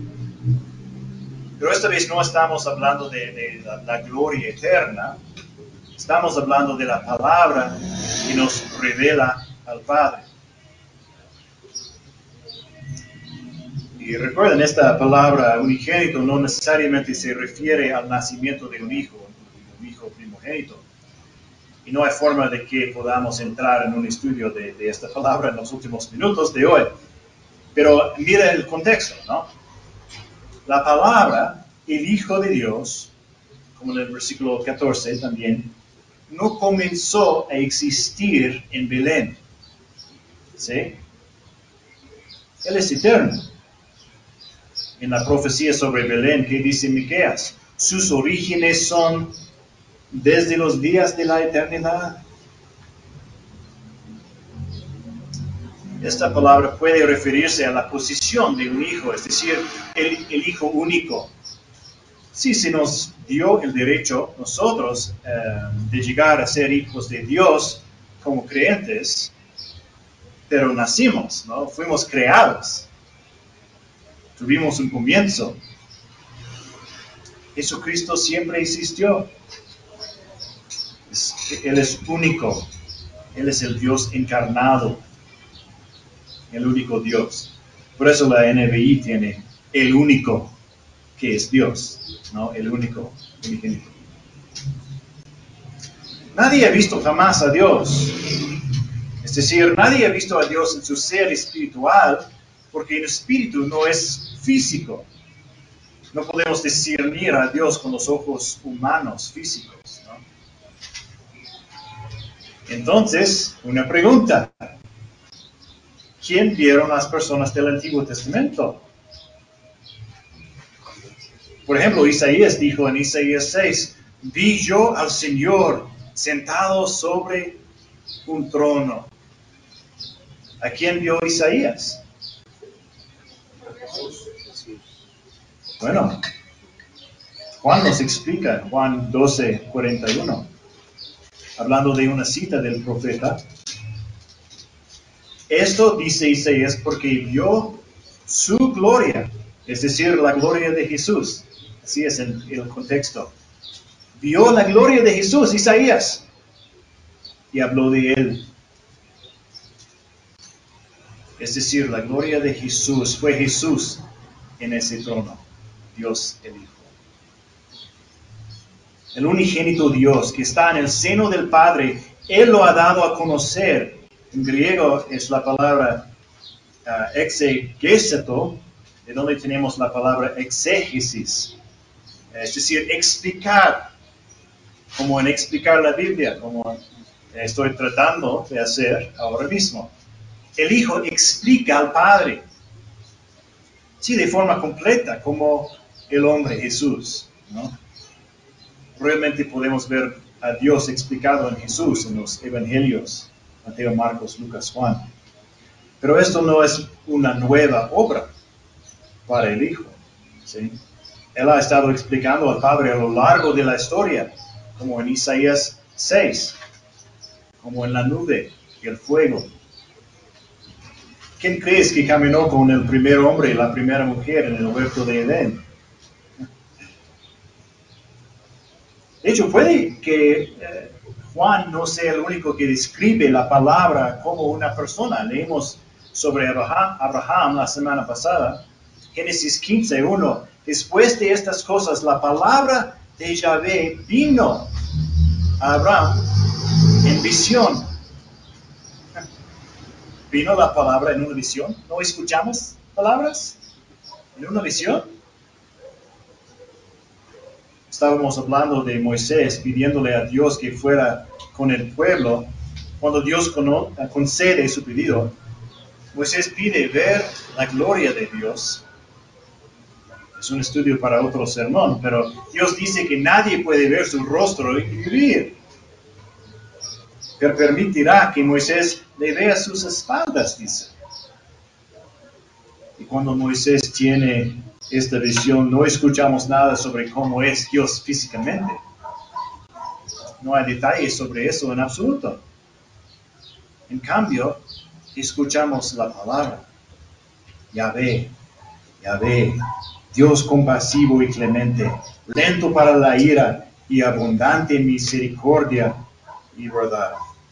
Pero esta vez no estamos hablando de, de la, la gloria eterna, estamos hablando de la palabra que nos revela al Padre. Y recuerden, esta palabra unigénito no necesariamente se refiere al nacimiento de un hijo, un hijo primogénito. Y no hay forma de que podamos entrar en un estudio de, de esta palabra en los últimos minutos de hoy. Pero mira el contexto, ¿no? La palabra, el Hijo de Dios, como en el versículo catorce también, no comenzó a existir en Belén. ¿Sí? Él es eterno. En la profecía sobre Belén, ¿qué dice Miqueas? Sus orígenes son desde los días de la eternidad. Esta palabra puede referirse a la posición de un hijo, es decir, el, el hijo único. Sí, se nos dio el derecho, nosotros, eh, de llegar a ser hijos de Dios como creyentes, pero nacimos, ¿no? Fuimos creados. Tuvimos un comienzo. Jesucristo siempre existió. Es, él es único. Él es el Dios encarnado. El único Dios. Por eso la N B I tiene el único que es Dios, ¿no? El único, unigénito. Nadie ha visto jamás a Dios. Es decir, nadie ha visto a Dios en su ser espiritual, porque el espíritu no es físico. No podemos discernir a Dios con los ojos humanos, físicos, ¿no? Entonces, una pregunta. ¿Quién vieron las personas del Antiguo Testamento? Por ejemplo, Isaías dijo en Isaías seis, vi yo al Señor sentado sobre un trono. ¿A quién vio Isaías? Bueno, Juan nos explica en Juan doce, cuarenta y uno, hablando de una cita del profeta. Esto dice Isaías porque vio su gloria, es decir, la gloria de Jesús. Así es el, el contexto. Vio la gloria de Jesús, Isaías, y habló de él. Es decir, la gloria de Jesús, fue Jesús en ese trono, Dios el Hijo. El unigénito Dios que está en el seno del Padre, Él lo ha dado a conocer. En griego es la palabra uh, exegeseto, de donde tenemos la palabra exégesis. Es decir, explicar, como en explicar la Biblia, como estoy tratando de hacer ahora mismo. El Hijo explica al Padre, sí, de forma completa, como el hombre Jesús, ¿no? Realmente podemos ver a Dios explicado en Jesús, en los evangelios, Mateo, Marcos, Lucas, Juan. Pero esto no es una nueva obra para el Hijo, ¿sí? Él ha estado explicando al Padre a lo largo de la historia, como en Isaías seis, como en la nube y el fuego. ¿Quién crees que caminó con el primer hombre y la primera mujer en el huerto de Edén? De hecho, puede que eh, Juan no sea el único que describe la palabra como una persona. Leímos sobre Abraham, Abraham la semana pasada, Génesis quince, uno. Después de estas cosas, la palabra de Yahvé vino a Abraham en visión. ¿Vino la palabra en una visión? ¿No escuchamos palabras en una visión? Estábamos hablando de Moisés pidiéndole a Dios que fuera con el pueblo. Cuando Dios concede su pedido, Moisés pide ver la gloria de Dios. Es un estudio para otro sermón, pero Dios dice que nadie puede ver su rostro y vivir. Pero permitirá que Moisés le vea sus espaldas, dice. Y cuando Moisés tiene esta visión, no escuchamos nada sobre cómo es Dios físicamente. No hay detalles sobre eso en absoluto. En cambio, escuchamos la palabra. Yahvé, Yahvé, Dios compasivo y clemente, lento para la ira y abundante en misericordia y verdad.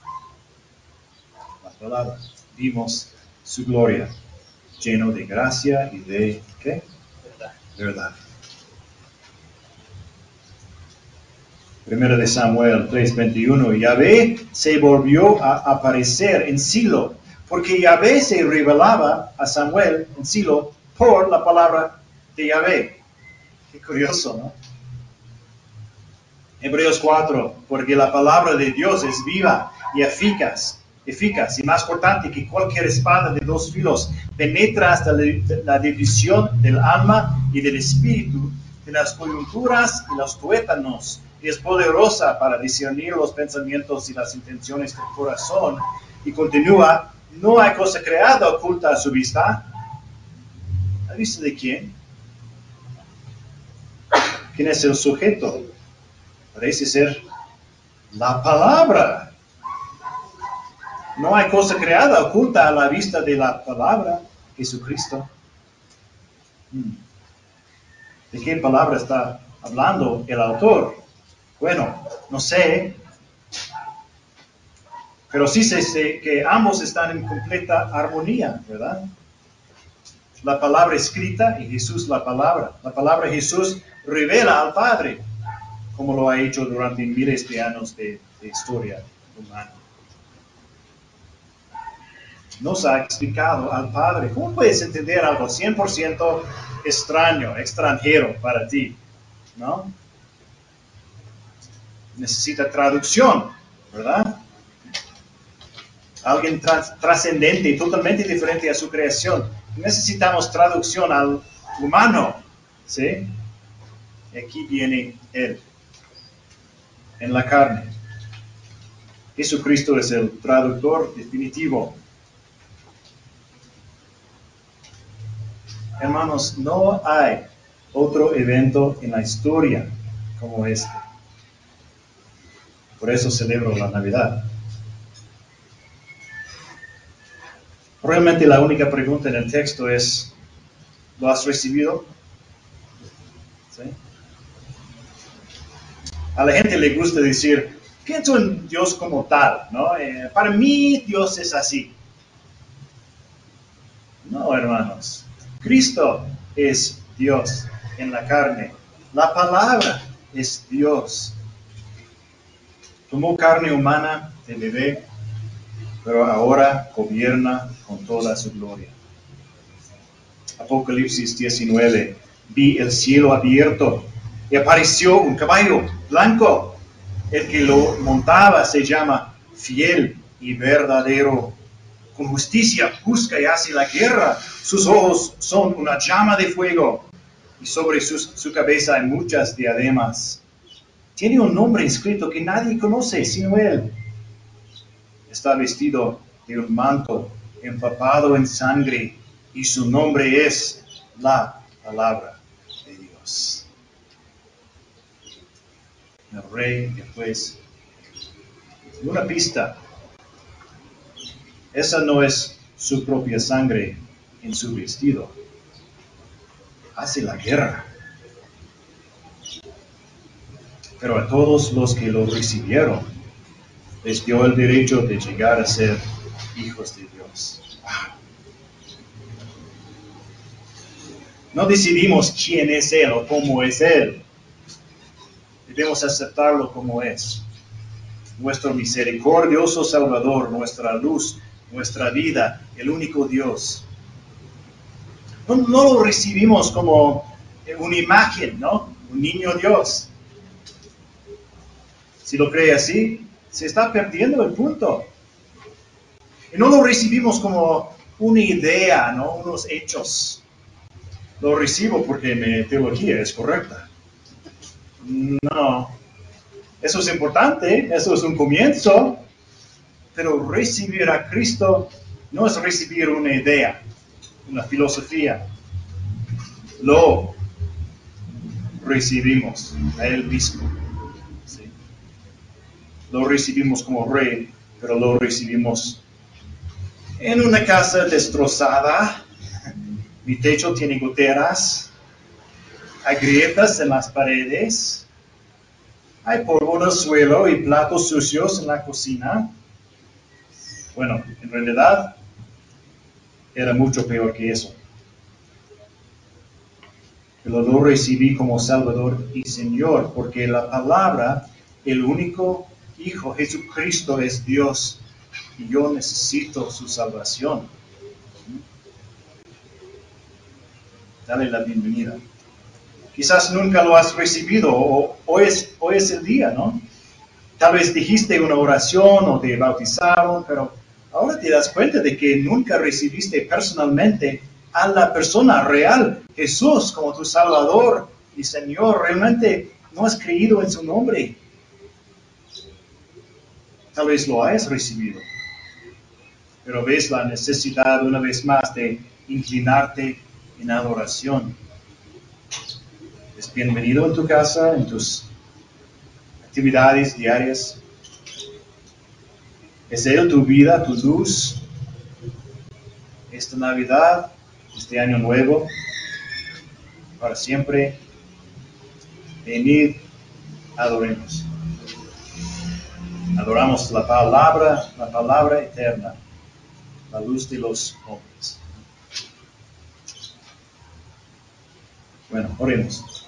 La palabra. Vimos su gloria, lleno de gracia y de, ¿qué? Verdad. Verdad. Primera de Samuel tres veintiuno, Yahvé se volvió a aparecer en Silo, porque Yahvé se revelaba a Samuel en Silo por la palabra de Yahvé. Qué curioso, ¿no? Hebreos cuatro, porque la palabra de Dios es viva y eficaz, eficaz y más cortante que cualquier espada de dos filos, penetra hasta la división del alma y del espíritu, de las coyunturas y los tuétanos, y es poderosa para discernir los pensamientos y las intenciones del corazón. Y continúa, no hay cosa creada oculta a su vista. ¿A vista de quién? ¿Quién es el sujeto? Parece ser la palabra. No hay cosa creada oculta a la vista de la palabra, Jesucristo. ¿De qué palabra está hablando el autor? Bueno, no sé, pero sí sé, sé que ambos están en completa armonía, ¿verdad? La palabra escrita y Jesús la palabra. La palabra Jesús revela al Padre, como lo ha hecho durante miles de años de, de historia humana. Nos ha explicado al Padre. ¿Cómo puedes entender algo cien por ciento extraño, extranjero para ti? ¿No? Necesita traducción, ¿verdad? Alguien tras, trascendente, totalmente diferente a su creación. Necesitamos traducción al humano, ¿sí? Y aquí viene Él, en la carne. Jesucristo es el traductor definitivo. Hermanos, no hay otro evento en la historia como este. Por eso celebro la Navidad. Realmente la única pregunta en el texto es, ¿lo has recibido? ¿Sí? A la gente le gusta decir, pienso en Dios como tal, ¿no? Eh, para mí Dios es así. No, hermanos. Cristo es Dios en la carne. La palabra es Dios. Tomó carne humana de bebé, pero ahora gobierna con toda su gloria. Apocalipsis diecinueve. Vi el cielo abierto y apareció un caballo blanco. El que lo montaba se llama Fiel y Verdadero. Con justicia busca y hace la guerra. Sus ojos son una llama de fuego y sobre su, su cabeza hay muchas diademas. Tiene un nombre inscrito que nadie conoce sino él. Está vestido de un manto empapado en sangre y su nombre es la palabra de Dios. El rey después. Una pista. Esa no es su propia sangre en su vestido. Hace la guerra. Pero a todos los que lo recibieron, les dio el derecho de llegar a ser hijos de Dios. Wow. No decidimos quién es Él o cómo es Él. Debemos aceptarlo como es. Nuestro misericordioso Salvador, nuestra luz, nuestra vida, el único Dios. No, no lo recibimos como una imagen, ¿no? Un niño Dios. Si lo cree así, se está perdiendo el punto. Y no lo recibimos como una idea, ¿no? Unos hechos. Lo recibo porque mi teología es correcta. No. Eso es importante, eso es un comienzo, pero recibir a Cristo no es recibir una idea, una filosofía. Lo recibimos a Él mismo. ¿Sí? Lo recibimos como rey, pero lo recibimos en una casa destrozada. Mi techo tiene goteras, hay grietas en las paredes, hay polvo en el suelo y platos sucios en la cocina. Bueno, en realidad era mucho peor que eso. Pero lo recibí como Salvador y Señor, porque la palabra el único Hijo, Jesucristo, es Dios y yo necesito su salvación. Dale la bienvenida. Quizás nunca lo has recibido o hoy es, hoy es el día, ¿no? Tal vez dijiste una oración o te bautizaron, pero ahora te das cuenta de que nunca recibiste personalmente a la persona real, Jesús, como tu Salvador y Señor. Realmente no has creído en su nombre. Tal vez lo hayas recibido, pero ves la necesidad una vez más de inclinarte en adoración. Es bienvenido en tu casa, en tus actividades diarias. Es Él tu vida, tu luz. Esta Navidad, este año nuevo, para siempre, venid, adoremos. Adoramos la palabra, la palabra eterna, la luz de los hombres. Bueno, oremos.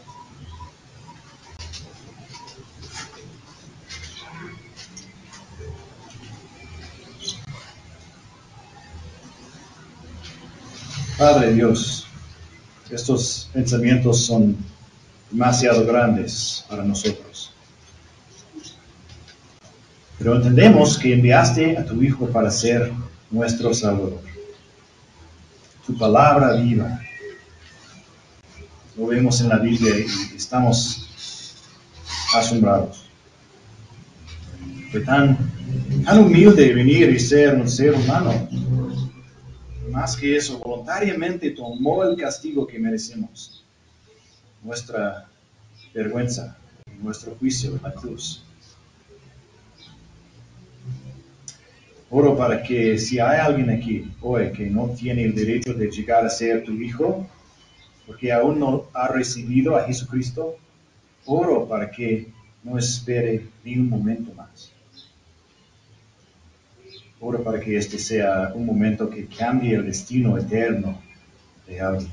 Padre Dios, estos pensamientos son demasiado grandes para nosotros. Pero entendemos que enviaste a tu Hijo para ser nuestro Salvador. Tu palabra viva. Lo vemos en la Biblia y estamos asombrados. Fue tan, tan humilde venir y ser un ser humano. Más que eso, voluntariamente tomó el castigo que merecemos. Nuestra vergüenza, nuestro juicio en la cruz. Oro para que si hay alguien aquí hoy que no tiene el derecho de llegar a ser tu hijo, porque aún no ha recibido a Jesucristo, oro para que no espere ni un momento más. Oro para que este sea un momento que cambie el destino eterno de alguien.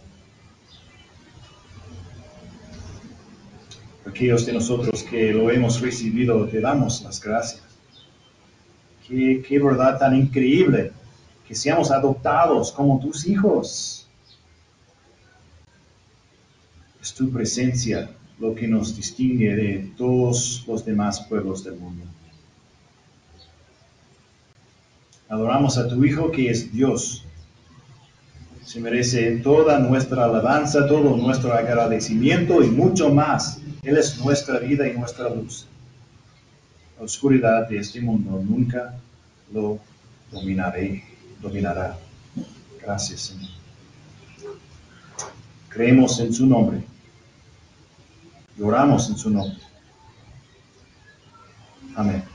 Aquellos de nosotros que lo hemos recibido, te damos las gracias. Qué, qué verdad tan increíble que seamos adoptados como tus hijos. Es tu presencia lo que nos distingue de todos los demás pueblos del mundo. Adoramos a tu Hijo que es Dios. Se merece toda nuestra alabanza, todo nuestro agradecimiento y mucho más. Él es nuestra vida y nuestra luz. La oscuridad de este mundo nunca lo dominaré, dominará. Gracias, Señor. Creemos en su nombre. Oramos en su nombre. Amén.